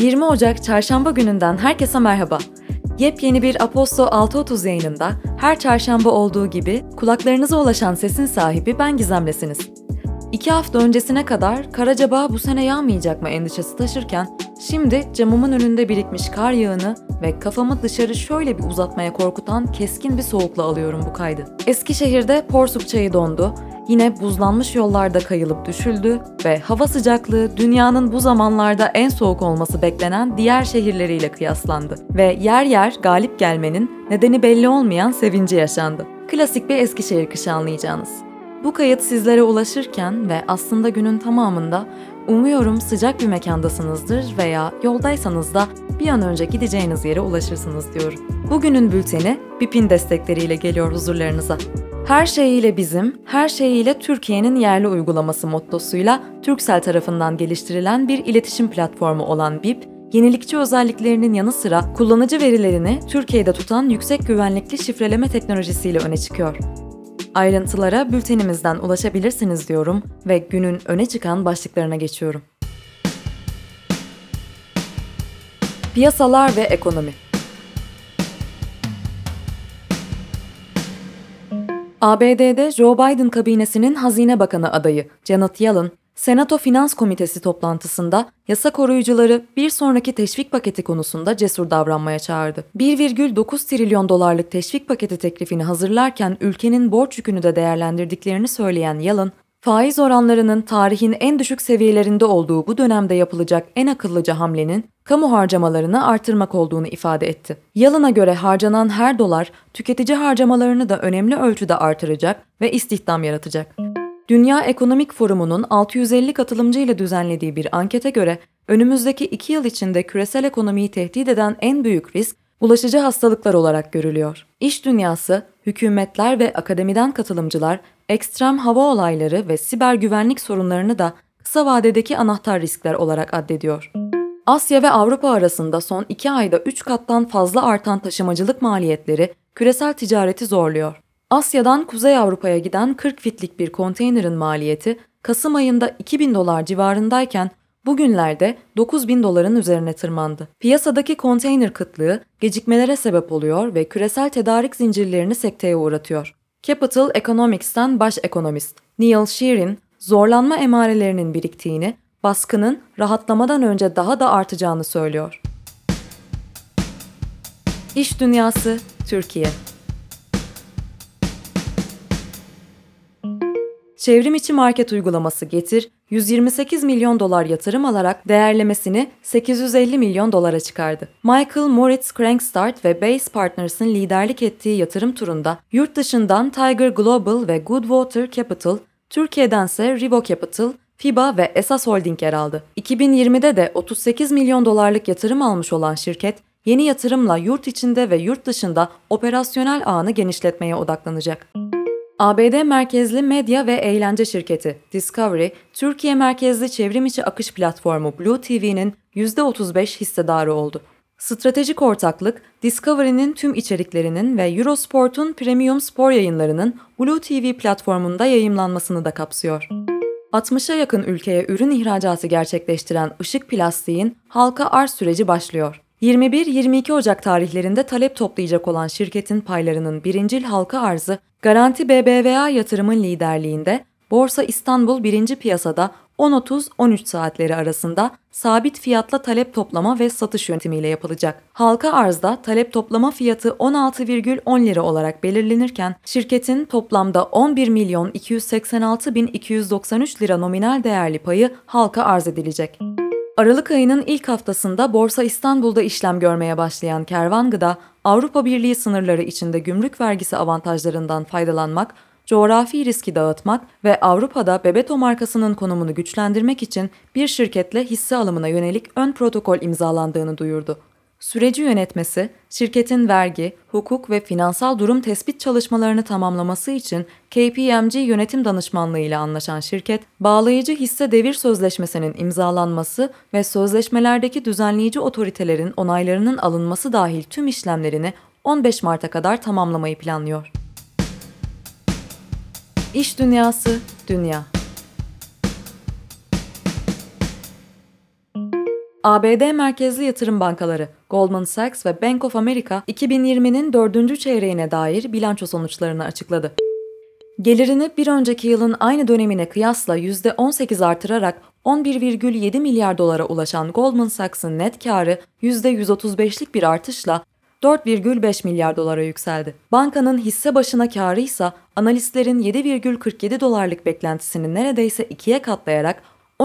20 Ocak Çarşamba gününden herkese merhaba. Yepyeni bir Aposto 6.30 yayınında her çarşamba olduğu gibi kulaklarınıza ulaşan sesin sahibi ben Gizem'lesiniz. 2 hafta öncesine kadar Karacabağ bu sene yağmayacak mı endişesi taşırken şimdi camımın önünde birikmiş kar yağını ve kafamı dışarı şöyle bir uzatmaya korkutan keskin bir soğukla alıyorum bu kaydı. Eskişehir'de porsuk çayı dondu, yine buzlanmış yollarda kayılıp düşüldü ve hava sıcaklığı dünyanın bu zamanlarda en soğuk olması beklenen diğer şehirleriyle kıyaslandı ve yer yer galip gelmenin nedeni belli olmayan sevinci yaşandı. Klasik bir Eskişehir kışı anlayacağınız. Bu kayıt sizlere ulaşırken ve aslında günün tamamında umuyorum sıcak bir mekandasınızdır veya yoldaysanız da bir an önce gideceğiniz yere ulaşırsınız diyorum. Bugünün bülteni BİP'in destekleriyle geliyor huzurlarınıza. Her şeyiyle bizim, her şeyiyle Türkiye'nin yerli uygulaması mottosuyla Turkcell tarafından geliştirilen bir iletişim platformu olan BIP, yenilikçi özelliklerinin yanı sıra kullanıcı verilerini Türkiye'de tutan yüksek güvenlikli şifreleme teknolojisiyle öne çıkıyor. Ayrıntılara bültenimizden ulaşabilirsiniz diyorum ve günün öne çıkan başlıklarına geçiyorum. Piyasalar ve ekonomi. ABD'de Joe Biden kabinesinin Hazine Bakanı adayı Janet Yellen, Senato Finans Komitesi toplantısında yasa koruyucuları bir sonraki teşvik paketi konusunda cesur davranmaya çağırdı. 1,9 trilyon dolarlık teşvik paketi teklifini hazırlarken ülkenin borç yükünü de değerlendirdiklerini söyleyen Yellen, faiz oranlarının tarihin en düşük seviyelerinde olduğu bu dönemde yapılacak en akıllıca hamlenin kamu harcamalarını artırmak olduğunu ifade etti. Yellen'a göre harcanan her dolar tüketici harcamalarını da önemli ölçüde artıracak ve istihdam yaratacak. Dünya Ekonomik Forumu'nun 650 katılımcı ile düzenlediği bir ankete göre önümüzdeki 2 yıl içinde küresel ekonomiyi tehdit eden en büyük risk bulaşıcı hastalıklar olarak görülüyor. İş dünyası, hükümetler ve akademiden katılımcılar ekstrem hava olayları ve siber güvenlik sorunlarını da kısa vadedeki anahtar riskler olarak addediyor. Asya ve Avrupa arasında son 2 ayda 3 kattan fazla artan taşımacılık maliyetleri küresel ticareti zorluyor. Asya'dan Kuzey Avrupa'ya giden 40 fitlik bir konteynerin maliyeti Kasım ayında 2.000 dolar civarındayken bugünlerde 9.000 doların üzerine tırmandı. Piyasadaki konteyner kıtlığı gecikmelere sebep oluyor ve küresel tedarik zincirlerini sekteye uğratıyor. Capital Economics'ten baş ekonomist Neil Sheeran, zorlanma emarelerinin biriktiğini, baskının rahatlamadan önce daha da artacağını söylüyor. İş dünyası, Türkiye. Çevrimiçi market uygulaması Getir, 128 milyon dolar yatırım alarak değerlemesini 850 milyon dolara çıkardı. Michael Moritz Crankstart ve Base Partners'ın liderlik ettiği yatırım turunda yurt dışından Tiger Global ve Goodwater Capital, Türkiye'dense Rivo Capital, FIBA ve Esas Holding yer aldı. 2020'de de 38 milyon dolarlık yatırım almış olan şirket, yeni yatırımla yurt içinde ve yurt dışında operasyonel ağını genişletmeye odaklanacak. ABD merkezli medya ve eğlence şirketi Discovery, Türkiye merkezli çevrimiçi akış platformu Blue TV'nin %35 hissedarı oldu. Stratejik ortaklık, Discovery'nin tüm içeriklerinin ve Eurosport'un premium spor yayınlarının Blue TV platformunda yayımlanmasını da kapsıyor. 60'a yakın ülkeye ürün ihracatı gerçekleştiren Işık Plastik'in halka arz süreci başlıyor. 21-22 Ocak tarihlerinde talep toplayacak olan şirketin paylarının birincil halka arzı Garanti BBVA yatırımın liderliğinde Borsa İstanbul 1. piyasada 10.30-13 saatleri arasında sabit fiyatla talep toplama ve satış yöntemiyle yapılacak. Halka arzda talep toplama fiyatı 16,10 lira olarak belirlenirken şirketin toplamda 11.286.293 lira nominal değerli payı halka arz edilecek. Aralık ayının ilk haftasında Borsa İstanbul'da işlem görmeye başlayan Kervan Gıda, Avrupa Birliği sınırları içinde gümrük vergisi avantajlarından faydalanmak, coğrafi riski dağıtmak ve Avrupa'da Bebeto markasının konumunu güçlendirmek için bir şirketle hisse alımına yönelik ön protokol imzalandığını duyurdu. Süreci yönetmesi, şirketin vergi, hukuk ve finansal durum tespit çalışmalarını tamamlaması için KPMG yönetim danışmanlığı ile anlaşan şirket, bağlayıcı hisse devir sözleşmesinin imzalanması ve sözleşmelerdeki düzenleyici otoritelerin onaylarının alınması dahil tüm işlemlerini 15 Mart'a kadar tamamlamayı planlıyor. İş dünyası, dünya. ABD merkezli yatırım bankaları Goldman Sachs ve Bank of America 2020'nin 4. çeyreğine dair bilanço sonuçlarını açıkladı. Gelirini bir önceki yılın aynı dönemine kıyasla %18 artırarak 11,7 milyar dolara ulaşan Goldman Sachs'ın net karı %135'lik bir artışla 4,5 milyar dolara yükseldi. Bankanın hisse başına karı ise analistlerin 7,47 dolarlık beklentisini neredeyse ikiye katlayarak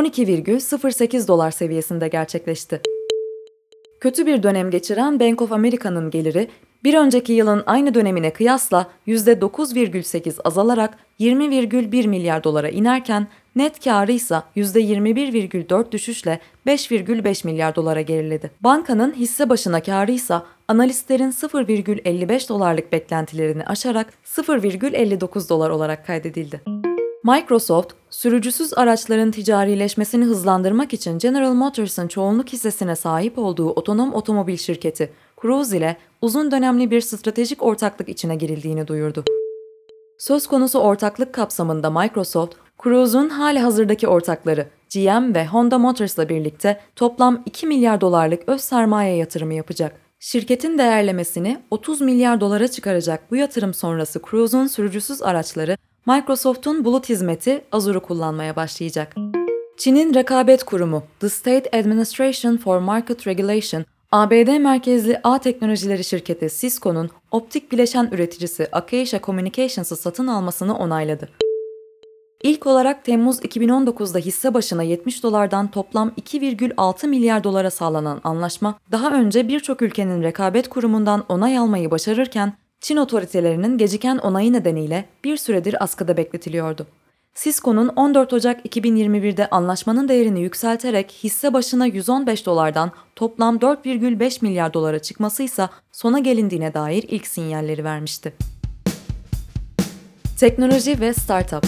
12,08 dolar seviyesinde gerçekleşti. Kötü bir dönem geçiren Bank of America'nın geliri bir önceki yılın aynı dönemine kıyasla %9,8 azalarak 20,1 milyar dolara inerken net karı ise %21,4 düşüşle 5,5 milyar dolara geriledi. Bankanın hisse başına karı ise analistlerin 0,55 dolarlık beklentilerini aşarak 0,59 dolar olarak kaydedildi. Microsoft, sürücüsüz araçların ticarileşmesini hızlandırmak için General Motors'ın çoğunluk hissesine sahip olduğu otonom otomobil şirketi Cruise ile uzun dönemli bir stratejik ortaklık içine girildiğini duyurdu. Söz konusu ortaklık kapsamında Microsoft, Cruise'un halihazırdaki ortakları GM ve Honda Motors'la birlikte toplam 2 milyar dolarlık öz sermaye yatırımı yapacak. Şirketin değerlemesini 30 milyar dolara çıkaracak bu yatırım sonrası Cruise'un sürücüsüz araçları Microsoft'un bulut hizmeti Azure'u kullanmaya başlayacak. Çin'in rekabet kurumu The State Administration for Market Regulation, ABD merkezli ağ teknolojileri şirketi Cisco'nun optik bileşen üreticisi Acacia Communications'ı satın almasını onayladı. İlk olarak Temmuz 2019'da hisse başına 70 dolardan toplam 2,6 milyar dolara sağlanan anlaşma, daha önce birçok ülkenin rekabet kurumundan onay almayı başarırken, Çin otoritelerinin geciken onayı nedeniyle bir süredir askıda bekletiliyordu. Cisco'nun 14 Ocak 2021'de anlaşmanın değerini yükselterek hisse başına 115 dolardan toplam 4,5 milyar dolara çıkması ise sona gelindiğine dair ilk sinyalleri vermişti. Teknoloji ve Startup.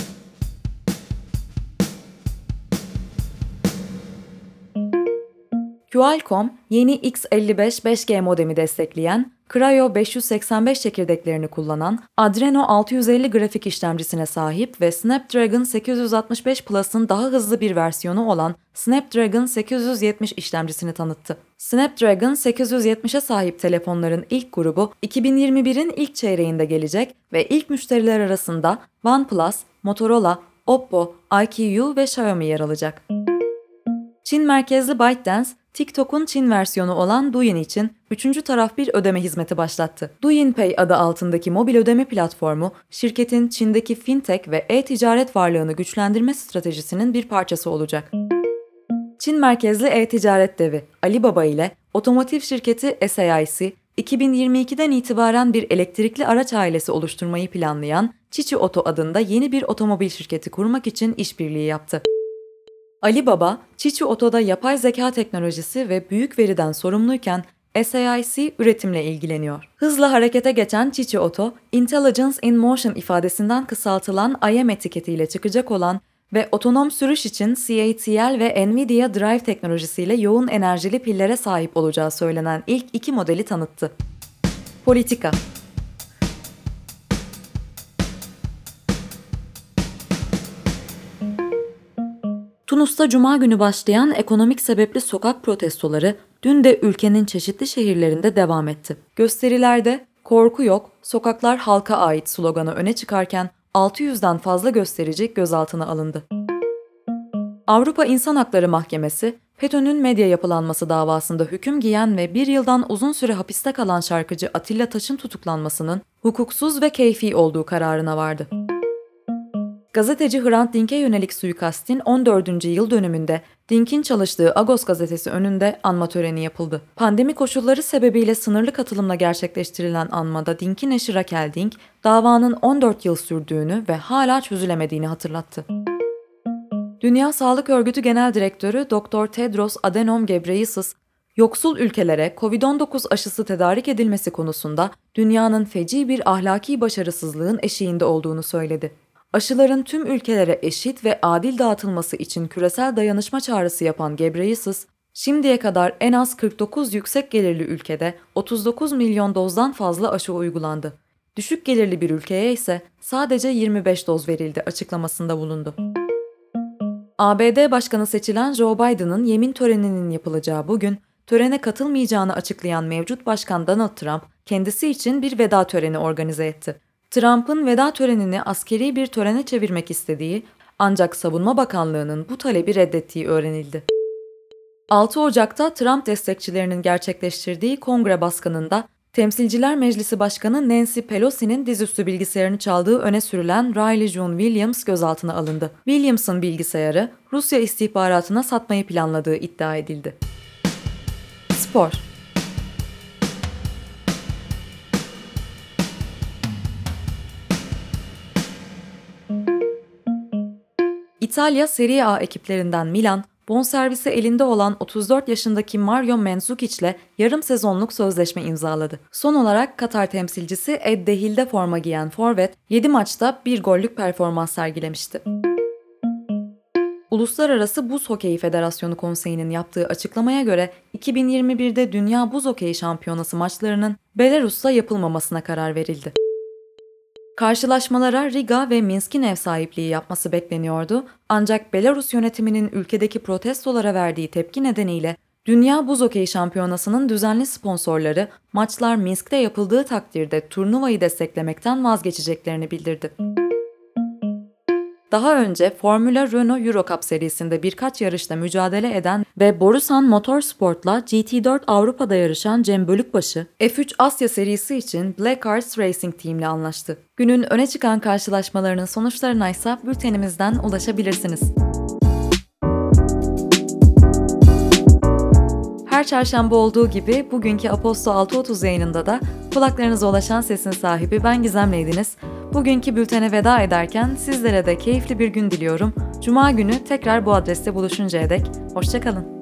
Qualcomm, yeni X55 5G modemi destekleyen Kryo 585 çekirdeklerini kullanan Adreno 650 grafik işlemcisine sahip ve Snapdragon 865 Plus'ın daha hızlı bir versiyonu olan Snapdragon 870 işlemcisini tanıttı. Snapdragon 870'e sahip telefonların ilk grubu 2021'in ilk çeyreğinde gelecek ve ilk müşteriler arasında OnePlus, Motorola, Oppo, iQOO ve Xiaomi yer alacak. Çin merkezli ByteDance, TikTok'un Çin versiyonu olan Douyin için üçüncü taraf bir ödeme hizmeti başlattı. Douyin Pay adı altındaki mobil ödeme platformu, şirketin Çin'deki fintech ve e-ticaret varlığını güçlendirme stratejisinin bir parçası olacak. Çin merkezli e-ticaret devi Alibaba ile otomotiv şirketi SAIC, 2022'den itibaren bir elektrikli araç ailesi oluşturmayı planlayan Chichi Auto adında yeni bir otomobil şirketi kurmak için işbirliği yaptı. Alibaba, Chichi Auto'da yapay zeka teknolojisi ve büyük veriden sorumluyken SAIC üretimle ilgileniyor. Hızla harekete geçen Chichi Auto, Intelligence in Motion ifadesinden kısaltılan IM etiketiyle çıkacak olan ve otonom sürüş için CATL ve Nvidia Drive teknolojisiyle yoğun enerjili pillere sahip olacağı söylenen ilk iki modeli tanıttı. Politika. Tunus'ta Cuma günü başlayan ekonomik sebepli sokak protestoları dün de ülkenin çeşitli şehirlerinde devam etti. Gösterilerde "Korku yok, sokaklar halka ait" sloganı öne çıkarken 600'den fazla gösterici gözaltına alındı. Avrupa İnsan Hakları Mahkemesi, FETÖ'nün medya yapılanması davasında hüküm giyen ve bir yıldan uzun süre hapiste kalan şarkıcı Atilla Taş'ın tutuklanmasının hukuksuz ve keyfi olduğu kararına vardı. Gazeteci Hrant Dink'e yönelik suikastin 14. yıl dönümünde Dink'in çalıştığı Agos gazetesi önünde anma töreni yapıldı. Pandemi koşulları sebebiyle sınırlı katılımla gerçekleştirilen anmada Dink'in eşi Raquel Dink, davanın 14 yıl sürdüğünü ve hala çözülemediğini hatırlattı. Dünya Sağlık Örgütü Genel Direktörü Dr. Tedros Adhanom Ghebreyesus, yoksul ülkelere COVID-19 aşısı tedarik edilmesi konusunda dünyanın feci bir ahlaki başarısızlığın eşiğinde olduğunu söyledi. Aşıların tüm ülkelere eşit ve adil dağıtılması için küresel dayanışma çağrısı yapan Ghebreyesus, şimdiye kadar en az 49 yüksek gelirli ülkede 39 milyon dozdan fazla aşı uygulandı. Düşük gelirli bir ülkeye ise sadece 25 doz verildi açıklamasında bulundu. ABD Başkanı seçilen Joe Biden'ın yemin töreninin yapılacağı bugün, törene katılmayacağını açıklayan mevcut başkan Donald Trump, kendisi için bir veda töreni organize etti. Trump'ın veda törenini askeri bir törene çevirmek istediği, ancak Savunma Bakanlığı'nın bu talebi reddettiği öğrenildi. 6 Ocak'ta Trump destekçilerinin gerçekleştirdiği kongre baskınında Temsilciler Meclisi Başkanı Nancy Pelosi'nin dizüstü bilgisayarını çaldığı öne sürülen Riley June Williams gözaltına alındı. Williams'ın bilgisayarı Rusya istihbaratına satmayı planladığı iddia edildi. Spor. İtalya Serie A ekiplerinden Milan, bonservisi elinde olan 34 yaşındaki Mario Mandzukic ile yarım sezonluk sözleşme imzaladı. Son olarak Katar temsilcisi Ed Dehil'de forma giyen forvet, 7 maçta 1 gollük performans sergilemişti. Uluslararası Buz Hokeyi Federasyonu Konseyi'nin yaptığı açıklamaya göre 2021'de Dünya Buz Hokeyi Şampiyonası maçlarının Belarus'ta yapılmamasına karar verildi. Karşılaşmalara Riga ve Minsk'in ev sahipliği yapması bekleniyordu, ancak Belarus yönetiminin ülkedeki protestolara verdiği tepki nedeniyle Dünya Buz Hokeyi Şampiyonası'nın düzenli sponsorları maçlar Minsk'te yapıldığı takdirde turnuvayı desteklemekten vazgeçeceklerini bildirdi. Daha önce Formula Renault Eurocup serisinde birkaç yarışta mücadele eden ve Borusan Motorsport'la GT4 Avrupa'da yarışan Cem Bölükbaşı, F3 Asya serisi için Black Arts Racing Team ile anlaştı. Günün öne çıkan karşılaşmalarının sonuçlarına ise bültenimizden ulaşabilirsiniz. Her çarşamba olduğu gibi bugünkü Aposto 6.30 yayınında da kulaklarınıza ulaşan sesin sahibi ben Gizem'leydiniz. Bugünkü bültene veda ederken sizlere de keyifli bir gün diliyorum. Cuma günü tekrar bu adreste buluşuncaya dek hoşça kalın.